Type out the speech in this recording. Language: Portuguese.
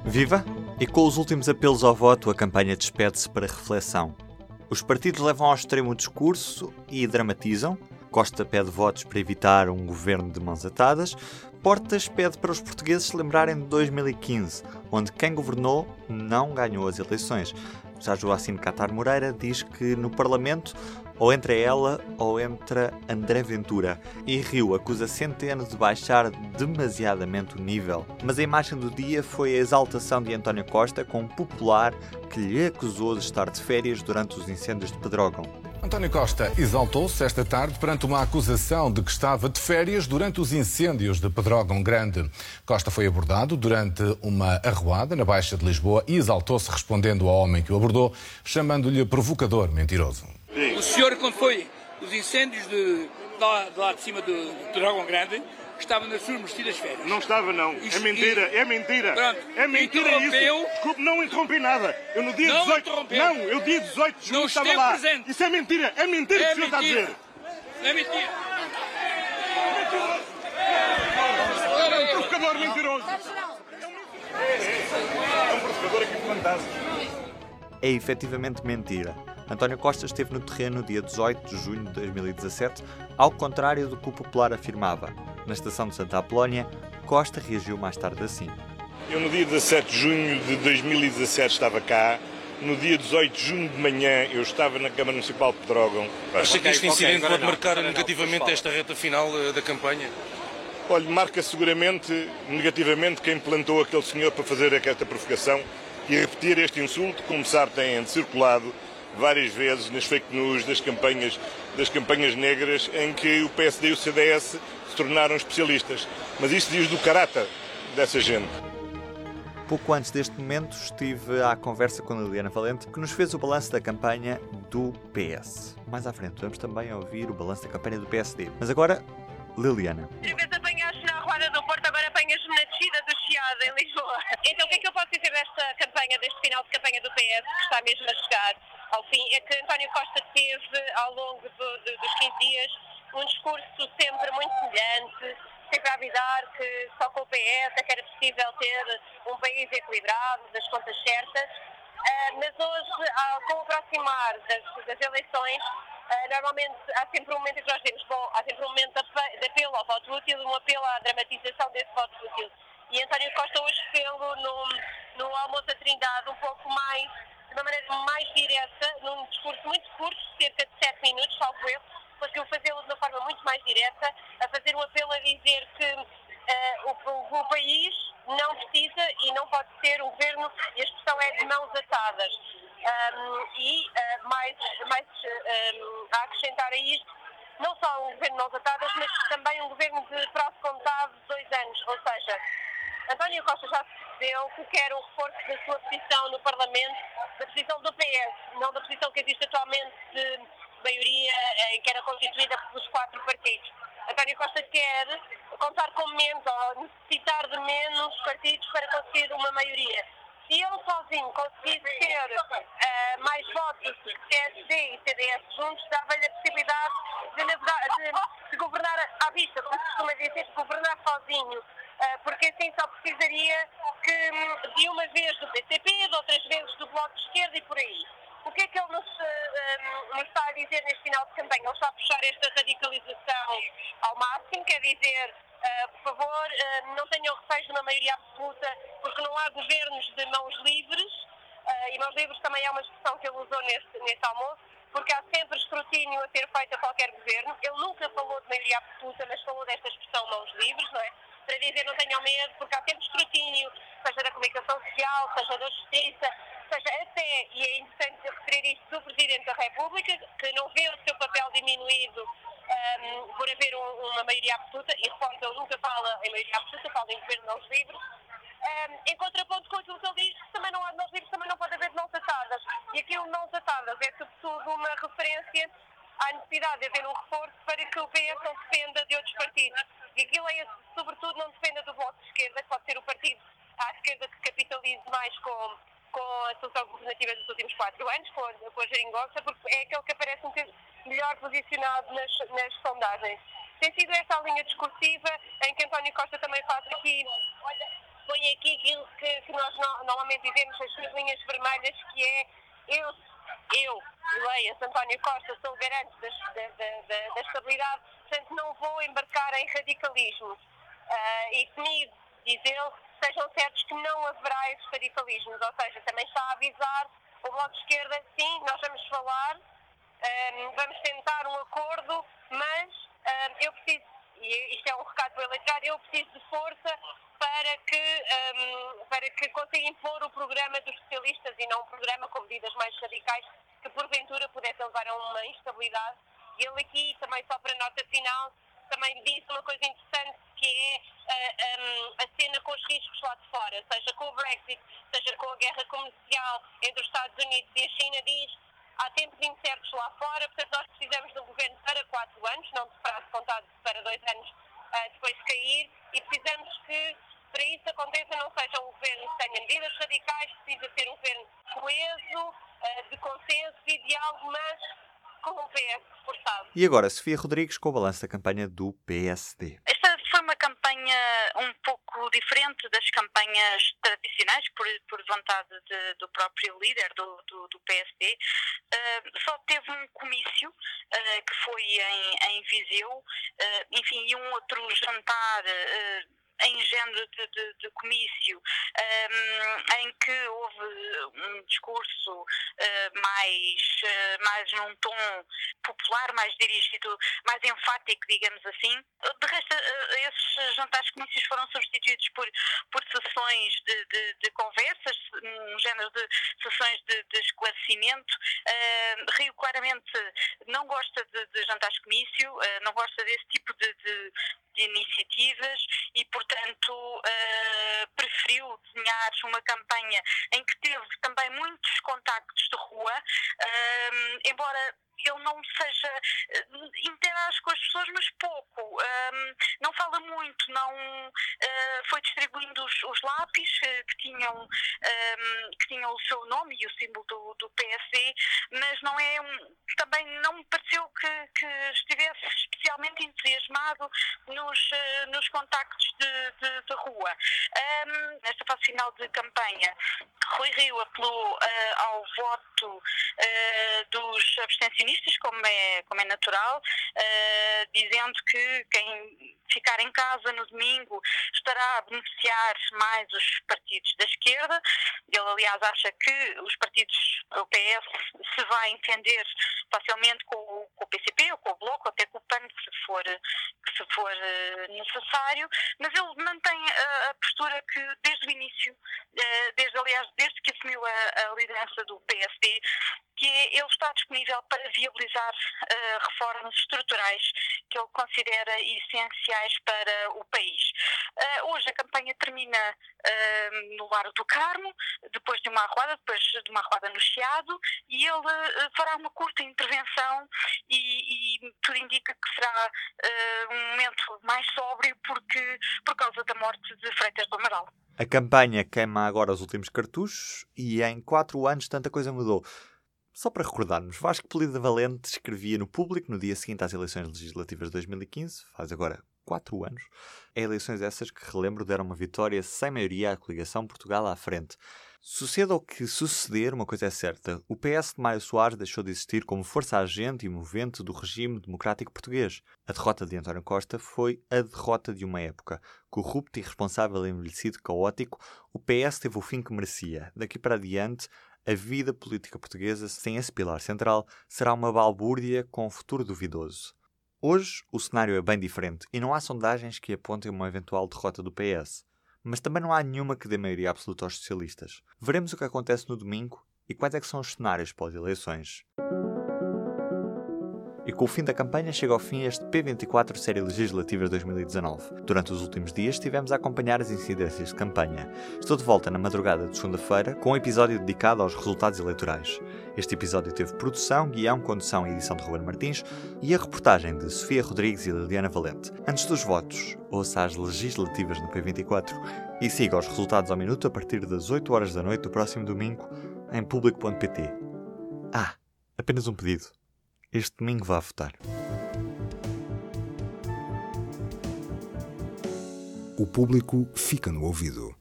Viva! E com os últimos apelos ao voto, a campanha despede-se para reflexão. Os partidos levam ao extremo o discurso e dramatizam. Costa pede votos para evitar um governo de mãos atadas. Portas pede para os portugueses se lembrarem de 2015, onde quem governou não ganhou as eleições. Já Joacine Catar Moreira diz que no Parlamento ou entra ela ou entra André Ventura. E Rio acusa Centeno de baixar demasiadamente o nível. Mas a imagem do dia foi a exaltação de António Costa com um popular que lhe acusou de estar de férias durante os incêndios de Pedrógão. António Costa exaltou-se esta tarde perante uma acusação de que estava de férias durante os incêndios de Pedrógão Grande. Costa foi abordado durante uma arruada na Baixa de Lisboa e exaltou-se respondendo ao homem que o abordou, chamando-lhe provocador mentiroso. O senhor, quando foi os incêndios de lá de cima de Pedrógão Grande, estava nas suas merecidas férias. Não estava, não. É mentira, é mentira. Pronto. É mentira isso. Desculpe, não interrompi nada. Eu no dia não 18... Interrompeu. Não, eu dia 18 de junho estava lá. Presente. Isso é mentira. É mentira que o senhor está a dizer. É mentira. É um provocador mentiroso. É um provocador aqui de fantasma. É efetivamente mentira. António Costa esteve no terreno no dia 18 de junho de 2017, ao contrário do que o popular afirmava. Na estação de Santa Apolónia, Costa reagiu mais tarde assim. Eu no dia 17 de junho de 2017 estava cá. No dia 18 de junho de manhã eu estava na Câmara Municipal de Pedrógão. Acha que este incidente pode marcar negativamente esta reta final da campanha? Olha, marca seguramente negativamente quem plantou aquele senhor para fazer esta provocação e repetir este insulto, como sabe, têm circulado várias vezes nas fake news das campanhas negras em que o PSD e o CDS se tornaram especialistas. Mas isso diz do caráter dessa gente. Pouco antes deste momento estive à conversa com a Liliana Valente, que nos fez o balanço da campanha do PS. Mais à frente vamos também ouvir o balanço da campanha do PSD. Mas agora, Liliana. Outra vez apanhaste na Arruada do Porto, agora apanhas-me na descida do Chiado, em Lisboa. Então o que é que eu posso dizer desta campanha, deste final de campanha do PS, que está mesmo a chegar ao fim? É que António Costa teve, ao longo dos 15 dias, um discurso sempre muito semelhante, sempre a avisar que só com o PS é que era possível ter um país equilibrado, das contas certas. Mas hoje, com o aproximar das eleições, normalmente há sempre um momento em que nós dizemos, bom, há sempre um momento de apelo ao voto útil, um apelo à dramatização desse voto útil. E António Costa hoje fê-lo no almoço da Trindade um pouco mais, de uma maneira mais direta, num discurso muito curto, cerca de 7 minutos, salvo eu, conseguiu fazê-lo de uma forma muito mais direta, a fazer um apelo a dizer que o país não precisa e não pode ter um governo, e a expressão é de mãos atadas. Mais a acrescentar a isto, não só um governo de mãos atadas, mas também um governo de prazo contado de 2 anos. Ou seja, António Costa já percebeu que quer um reforço da sua posição no Parlamento, da posição do PS, não da posição que existe atualmente de maioria que era constituída pelos 4 partidos. António Costa quer contar com menos, ou necessitar de menos partidos para conseguir uma maioria. Se ele sozinho conseguisse ter mais votos que PSD e CDS juntos, dava-lhe a possibilidade de governar à vista, como se costuma dizer, de governar sozinho. Porque assim só precisaria de uma vez do PCP, de outras vezes do Bloco de Esquerda e por aí. O que é que ele nos está a dizer neste final de campanha? Ele está a puxar esta radicalização ao máximo, quer dizer, por favor, não tenham receios de uma maioria absoluta, porque não há governos de mãos livres, e mãos livres também é uma expressão que ele usou neste almoço, porque há sempre escrutínio a ser feito a qualquer governo. Ele nunca falou de maioria absoluta, mas falou desta expressão mãos livres, não é? Para dizer não tenham medo, porque há sempre escrutínio, seja da comunicação social, seja da justiça, seja até, e é importante referir isto, do Presidente da República, que não vê o seu papel diminuído por haver uma maioria absoluta, e recordo, ele nunca fala em maioria absoluta, fala em governo de mãos livres. Em contraponto com aquilo que ele diz, que também não há de mãos livres, também não pode haver de mãos atadas. E aquilo de mãos atadas é sobretudo uma referência à necessidade de haver um reforço para que o PS não dependa de outros partidos. E aquilo é, sobretudo, não dependa do Bloco de Esquerda, que pode ser o partido à esquerda que capitalize mais com a solução governativa dos últimos 4 anos, com a geringonça, porque é aquele que aparece um bocadinho melhor posicionado nas sondagens. Tem sido esta a linha discursiva em que António Costa também faz aqui, põe aqui aquilo aquilo que nós normalmente dizemos, as suas linhas vermelhas, que é eu, Leia António Costa, sou o garante da estabilidade, portanto não vou embarcar em radicalismos. E comigo, diz ele, sejam certos que não haverá esses radicalismos, ou seja, também está a avisar o Bloco de Esquerda, sim, nós vamos falar, vamos tentar um acordo, mas eu preciso, e isto é um recado para o eleitorado, eu preciso de força para que consiga impor o programa dos socialistas e não um programa com medidas mais radicais que porventura pudessem levar a uma instabilidade. E ele aqui, também só para nota final, também disse uma coisa interessante, que é a cena com os riscos lá de fora, seja com o Brexit, seja com a guerra comercial entre os Estados Unidos e a China, diz há tempos incertos lá fora, portanto nós precisamos de um governo para 4 anos, não de prazo contado para 2 anos depois de cair, e precisamos que para isso aconteça não seja um governo que tenha medidas radicais, precisa ser um governo coeso, de consenso e diálogo, mas com o PS reforçado. E agora, Sofia Rodrigues com o balanço da campanha do PSD. Esta foi uma campanha um pouco diferente das campanhas tradicionais, por vontade do próprio líder do PSD. Só teve um comício, que foi em Viseu, enfim, e um outro jantar em género de comício, em que houve um discurso mais num tom popular, mais dirigido, mais enfático, digamos assim. De resto, esses jantares comícios foram substituídos por sessões de conversas, um género de sessões de esclarecimento. Rio claramente não gosta de jantares comício, não gosta desse tipo de iniciativas e, portanto, preferiu desenhar uma campanha em que teve também muitos contactos de rua, embora ele não seja, interage com as pessoas, mas pouco, não fala muito, não foi distribuindo os lápis que tinham o seu nome e o símbolo do PSD, mas também não me pareceu que estivesse especialmente entusiasmado nos contactos de rua. Nesta fase final de campanha, Rui Rio apelou ao voto dos abstencionistas, como é natural, dizendo que quem ficar em casa no domingo estará a beneficiar mais os partidos da esquerda. Ele, aliás, acha que os partidos, o PS, se vai entender facilmente com o PCP ou com o Bloco, até com o PAN, se for necessário, mas ele mantém a postura que desde o início, desde que assumiu a liderança do PSD, que ele está disponível para viabilizar reformas estruturais que ele considera essenciais para o país. Hoje a campanha termina no Largo do Carmo, depois de uma arruada no Chiado, e ele fará uma curta intervenção e tudo indica que será um momento mais sóbrio por causa da morte de Freitas do Amaral. A campanha queima agora os últimos cartuchos e em 4 anos tanta coisa mudou. Só para recordarmos, Vasco Polivalente escrevia no Público no dia seguinte às eleições legislativas de 2015, faz agora 4 anos, eleições essas que, relembro, deram uma vitória sem maioria à coligação Portugal à frente. Suceda o que suceder, uma coisa é certa, o PS de Mário Soares deixou de existir como força agente e movente do regime democrático português. A derrota de António Costa foi a derrota de uma época. Corrupto, irresponsável, envelhecido, caótico, o PS teve o fim que merecia. Daqui para adiante, a vida política portuguesa, sem esse pilar central, será uma balbúrdia com um futuro duvidoso. Hoje, o cenário é bem diferente e não há sondagens que apontem uma eventual derrota do PS. Mas também não há nenhuma que dê maioria absoluta aos socialistas. Veremos o que acontece no domingo e quais é que são os cenários pós-eleições. E com o fim da campanha chega ao fim este P24 Série Legislativa 2019. Durante os últimos dias estivemos a acompanhar as incidências de campanha. Estou de volta na madrugada de segunda-feira com um episódio dedicado aos resultados eleitorais. Este episódio teve produção, guião, condução e edição de Ruben Martins e a reportagem de Sofia Rodrigues e Liliana Valente. Antes dos votos, ouça as legislativas no P24 e siga os resultados ao minuto a partir das 8 horas da noite do próximo domingo em público.pt. Apenas um pedido. Este domingo vá votar. O Público fica no ouvido.